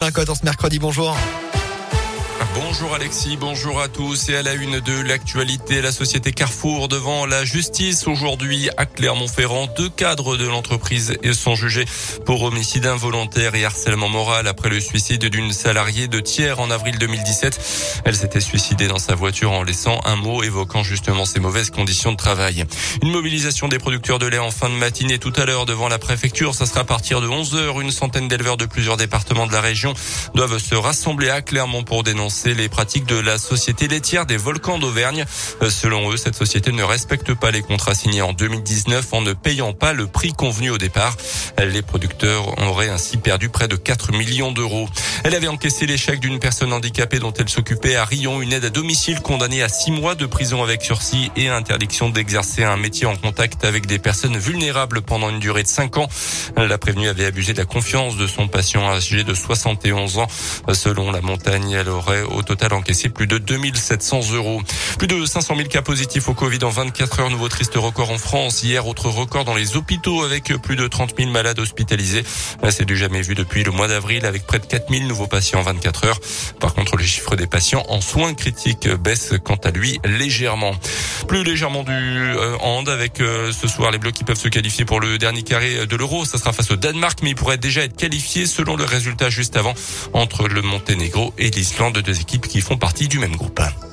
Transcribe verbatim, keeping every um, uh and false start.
Romain Cotte en ce mercredi, bonjour. Bonjour Alexis, bonjour à tous. Et à la une de l'actualité, la société Carrefour devant la justice. Aujourd'hui à Clermont-Ferrand, deux cadres de l'entreprise sont jugés pour homicide involontaire et harcèlement moral après le suicide d'une salariée de Thiers en avril deux mille dix-sept. Elle s'était suicidée dans sa voiture en laissant un mot évoquant justement ses mauvaises conditions de travail. Une mobilisation des producteurs de lait en fin de matinée tout à l'heure devant la préfecture. Ça sera à partir de onze heures. Une centaine d'éleveurs de plusieurs départements de la région doivent se rassembler à Clermont pour dénoncer les pratiques de la société laitière des Volcans d'Auvergne. Selon eux, cette société ne respecte pas les contrats signés en deux mille dix-neuf en ne payant pas le prix convenu au départ. Les producteurs auraient ainsi perdu près de quatre millions d'euros. Elle avait encaissé l'échec d'une personne handicapée dont elle s'occupait à Rion, une aide à domicile condamnée à six mois de prison avec sursis et interdiction d'exercer un métier en contact avec des personnes vulnérables pendant une durée de cinq ans. La prévenue avait abusé de la confiance de son patient âgé de soixante et onze ans. Selon la montagne, elle aurait au total encaissé plus de deux mille sept cents euros. Plus de cinq cent mille cas positifs au Covid en vingt-quatre heures. Nouveau triste record en France. Hier, autre record dans les hôpitaux avec plus de trente mille malades hospitalisés. C'est du jamais vu depuis le mois d'avril avec près de quatre mille nouveaux patients en vingt-quatre heures. Par contre, le chiffre des patients en soins critiques baisse quant à lui légèrement. Plus légèrement du euh, hand avec euh, ce soir les Bleus qui peuvent se qualifier pour le dernier carré de l'Euro. Ça sera face au Danemark, mais ils pourraient déjà être qualifiés selon le résultat juste avant entre le Monténégro et l'Islande, deux équipes qui font partie du même groupe.